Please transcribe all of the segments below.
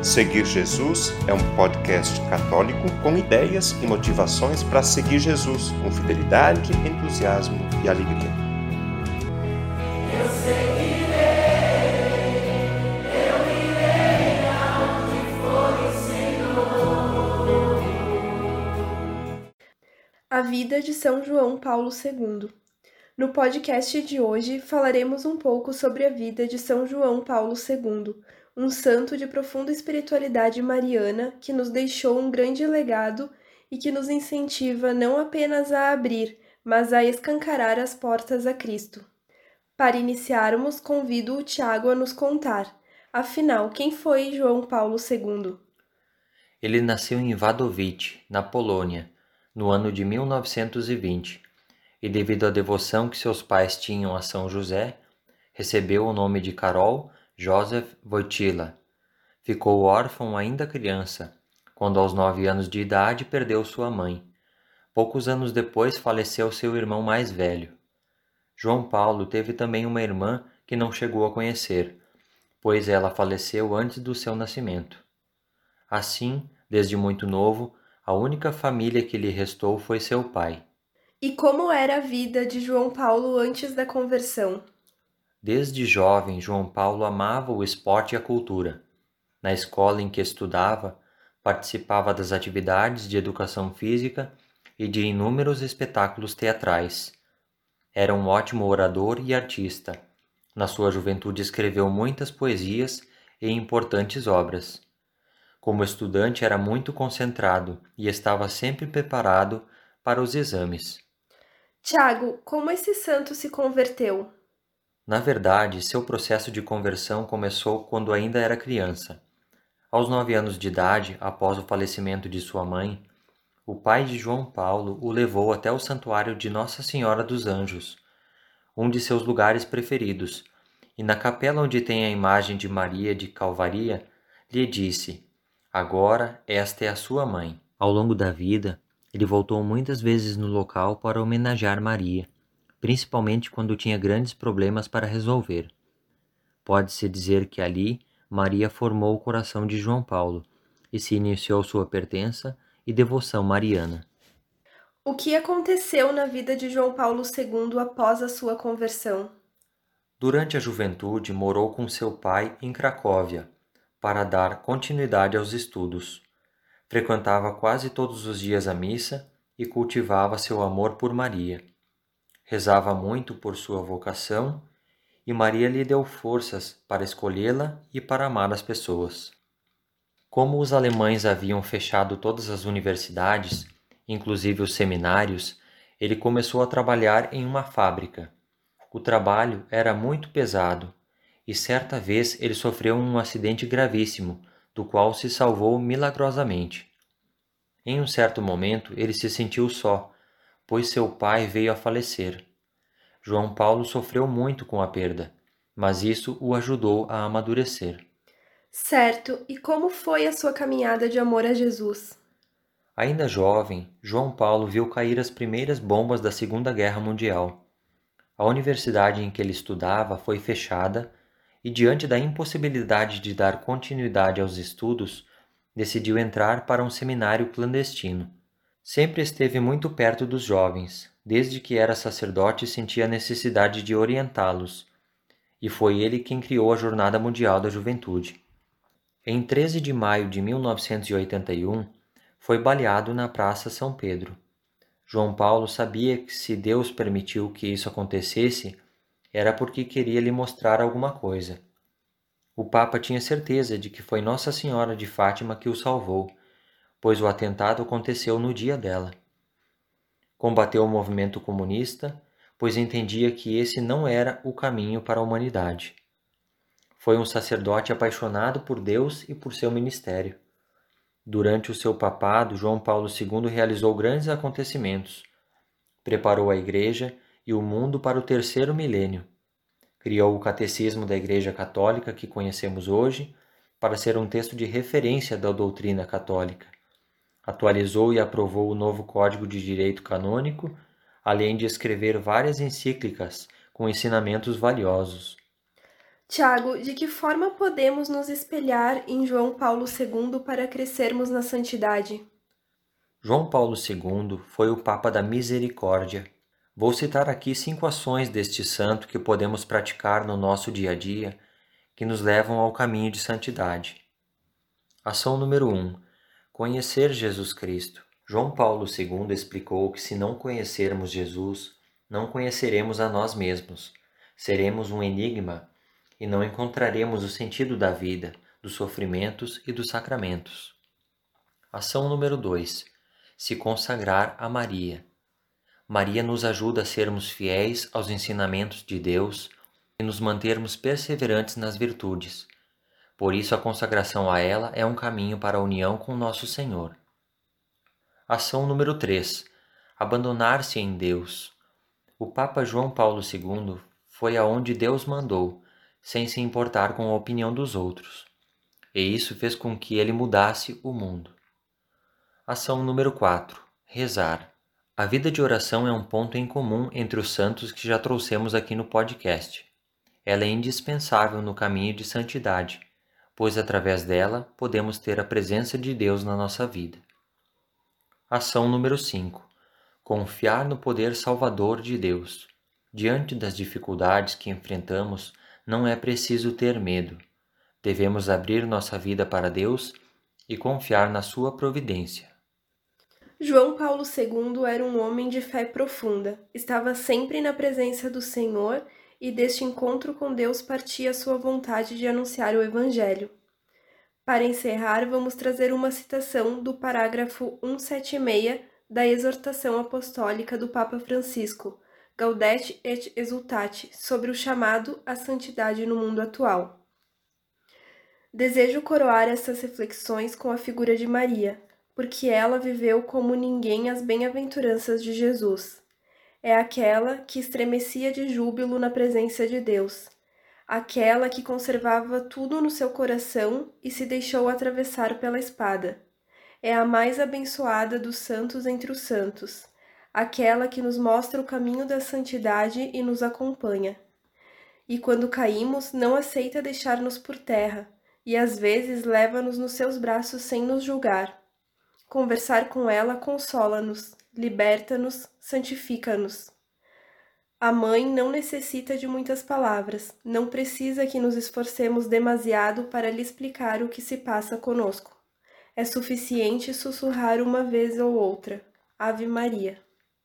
Seguir Jesus é um podcast católico com ideias e motivações para seguir Jesus com fidelidade, entusiasmo e alegria. Eu seguirei, eu irei aonde for o Senhor. A vida de São João Paulo II. No podcast de hoje falaremos um pouco sobre a vida de São João Paulo II, um santo de profunda espiritualidade mariana que nos deixou um grande legado e que nos incentiva não apenas a abrir, mas a escancarar as portas a Cristo. Para iniciarmos, convido o Tiago a nos contar. Afinal, quem foi João Paulo II? Ele nasceu em Wadowice, na Polônia, no ano de 1920. E devido à devoção que seus pais tinham a São José, recebeu o nome de Karol Józef Wojtyła. Ficou órfão ainda criança, quando aos 9 anos de idade perdeu sua mãe. Poucos anos depois faleceu seu irmão mais velho. João Paulo teve também uma irmã que não chegou a conhecer, pois ela faleceu antes do seu nascimento. Assim, desde muito novo, a única família que lhe restou foi seu pai. E como era a vida de João Paulo antes da conversão? Desde jovem, João Paulo amava o esporte e a cultura. Na escola em que estudava, participava das atividades de educação física e de inúmeros espetáculos teatrais. Era um ótimo orador e artista. Na sua juventude escreveu muitas poesias e importantes obras. Como estudante era muito concentrado e estava sempre preparado para os exames. Tiago, como esse santo se converteu? Na verdade, seu processo de conversão começou quando ainda era criança. Aos 9 anos de idade, após o falecimento de sua mãe, o pai de João Paulo o levou até o santuário de Nossa Senhora dos Anjos, um de seus lugares preferidos, e na capela onde tem a imagem de Maria de Calvaria, lhe disse: "Agora esta é a sua mãe." Ao longo da vida, ele voltou muitas vezes no local para homenagear Maria, principalmente quando tinha grandes problemas para resolver. Pode-se dizer que ali Maria formou o coração de João Paulo e se iniciou sua pertença e devoção mariana. O que aconteceu na vida de João Paulo II após a sua conversão? Durante a juventude, morou com seu pai em Cracóvia para dar continuidade aos estudos. Frequentava quase todos os dias a missa e cultivava seu amor por Maria. Rezava muito por sua vocação e Maria lhe deu forças para escolhê-la e para amar as pessoas. Como os alemães haviam fechado todas as universidades, inclusive os seminários, ele começou a trabalhar em uma fábrica. O trabalho era muito pesado e certa vez ele sofreu um acidente gravíssimo, do qual se salvou milagrosamente. Em um certo momento ele se sentiu só, pois seu pai veio a falecer. João Paulo sofreu muito com a perda, mas isso o ajudou a amadurecer. Certo, e como foi a sua caminhada de amor a Jesus? Ainda jovem, João Paulo viu cair as primeiras bombas da Segunda Guerra Mundial. A universidade em que ele estudava foi fechada e, diante da impossibilidade de dar continuidade aos estudos, decidiu entrar para um seminário clandestino. Sempre esteve muito perto dos jovens, desde que era sacerdote sentia a necessidade de orientá-los, e foi ele quem criou a Jornada Mundial da Juventude. Em 13 de maio de 1981, foi baleado na Praça São Pedro. João Paulo sabia que se Deus permitiu que isso acontecesse, era porque queria lhe mostrar alguma coisa. O Papa tinha certeza de que foi Nossa Senhora de Fátima que o salvou, pois o atentado aconteceu no dia dela. Combateu o movimento comunista, pois entendia que esse não era o caminho para a humanidade. Foi um sacerdote apaixonado por Deus e por seu ministério. Durante o seu papado, João Paulo II realizou grandes acontecimentos. Preparou a Igreja e o mundo para o terceiro milênio. Criou o Catecismo da Igreja Católica que conhecemos hoje, para ser um texto de referência da doutrina católica. Atualizou e aprovou o novo Código de Direito Canônico, além de escrever várias encíclicas com ensinamentos valiosos. Tiago, de que forma podemos nos espelhar em João Paulo II para crescermos na santidade? João Paulo II foi o Papa da Misericórdia. Vou citar aqui 5 ações deste santo que podemos praticar no nosso dia a dia, que nos levam ao caminho de santidade. Ação número 1. Conhecer Jesus Cristo. João Paulo II explicou que se não conhecermos Jesus, não conheceremos a nós mesmos. Seremos um enigma e não encontraremos o sentido da vida, dos sofrimentos e dos sacramentos. Ação número 2. Se consagrar a Maria. Maria nos ajuda a sermos fiéis aos ensinamentos de Deus e nos mantermos perseverantes nas virtudes. Por isso, a consagração a ela é um caminho para a união com nosso Senhor. Ação número 3. Abandonar-se em Deus. O Papa João Paulo II foi aonde Deus mandou, sem se importar com a opinião dos outros. E isso fez com que ele mudasse o mundo. Ação número 4. Rezar. A vida de oração é um ponto em comum entre os santos que já trouxemos aqui no podcast. Ela é indispensável no caminho de santidade, pois através dela podemos ter a presença de Deus na nossa vida. Ação número 5. Confiar no poder salvador de Deus. Diante das dificuldades que enfrentamos, não é preciso ter medo. Devemos abrir nossa vida para Deus e confiar na sua providência. João Paulo II era um homem de fé profunda, estava sempre na presença do Senhor e deste encontro com Deus partia a sua vontade de anunciar o Evangelho. Para encerrar, vamos trazer uma citação do parágrafo 176 da exortação apostólica do Papa Francisco, Gaudete et Exsultate, sobre o chamado à santidade no mundo atual. Desejo coroar essas reflexões com a figura de Maria, porque ela viveu como ninguém as bem-aventuranças de Jesus. É aquela que estremecia de júbilo na presença de Deus, aquela que conservava tudo no seu coração e se deixou atravessar pela espada. É a mais abençoada dos santos entre os santos, aquela que nos mostra o caminho da santidade e nos acompanha. E quando caímos, não aceita deixar-nos por terra, e às vezes leva-nos nos seus braços sem nos julgar. Conversar com ela consola-nos, liberta-nos, santifica-nos. A mãe não necessita de muitas palavras, não precisa que nos esforcemos demasiado para lhe explicar o que se passa conosco. É suficiente sussurrar uma vez ou outra: Ave Maria.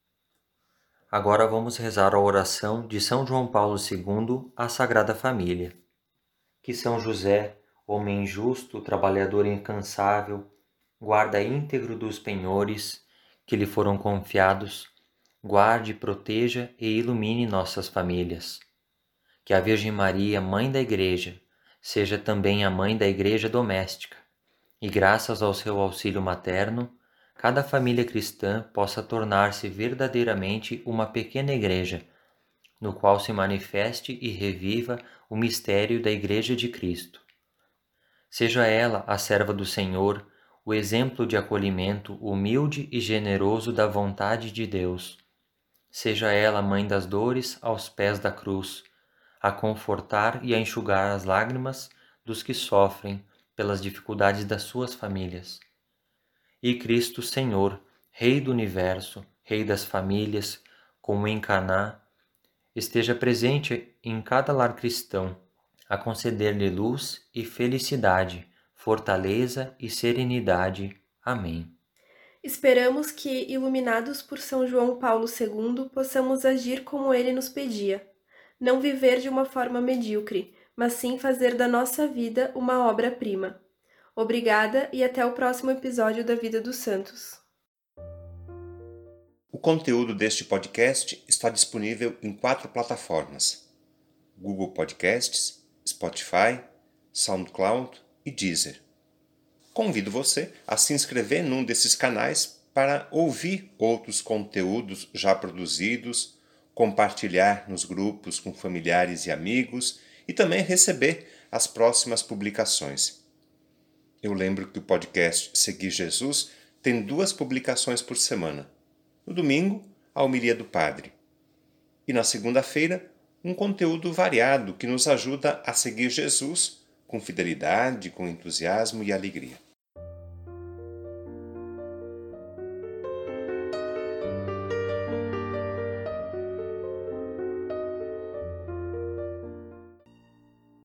Agora vamos rezar a oração de São João Paulo II à Sagrada Família. Que São José, homem justo, trabalhador incansável, guarda íntegro dos penhores que lhe foram confiados, guarde, proteja e ilumine nossas famílias. Que a Virgem Maria, Mãe da Igreja, seja também a Mãe da Igreja doméstica, e graças ao seu auxílio materno, cada família cristã possa tornar-se verdadeiramente uma pequena igreja, no qual se manifeste e reviva o mistério da Igreja de Cristo. Seja ela a serva do Senhor, o exemplo de acolhimento humilde e generoso da vontade de Deus. Seja ela a mãe das dores aos pés da cruz, a confortar e a enxugar as lágrimas dos que sofrem pelas dificuldades das suas famílias. E Cristo Senhor, Rei do Universo, Rei das famílias, como em Caná, esteja presente em cada lar cristão, a conceder-lhe luz e felicidade, fortaleza e serenidade. Amém. Esperamos que, iluminados por São João Paulo II, possamos agir como ele nos pedia. Não viver de uma forma medíocre, mas sim fazer da nossa vida uma obra-prima. Obrigada e até o próximo episódio da Vida dos Santos. O conteúdo deste podcast está disponível em 4 plataformas: Google Podcasts, Spotify, SoundCloud e Deezer. Convido você a se inscrever num desses canais para ouvir outros conteúdos já produzidos, compartilhar nos grupos com familiares e amigos e também receber as próximas publicações. Eu lembro que o podcast Seguir Jesus tem 2 publicações por semana. No domingo, a homilia do padre. E na segunda-feira, um conteúdo variado que nos ajuda a seguir Jesus com fidelidade, com entusiasmo e alegria.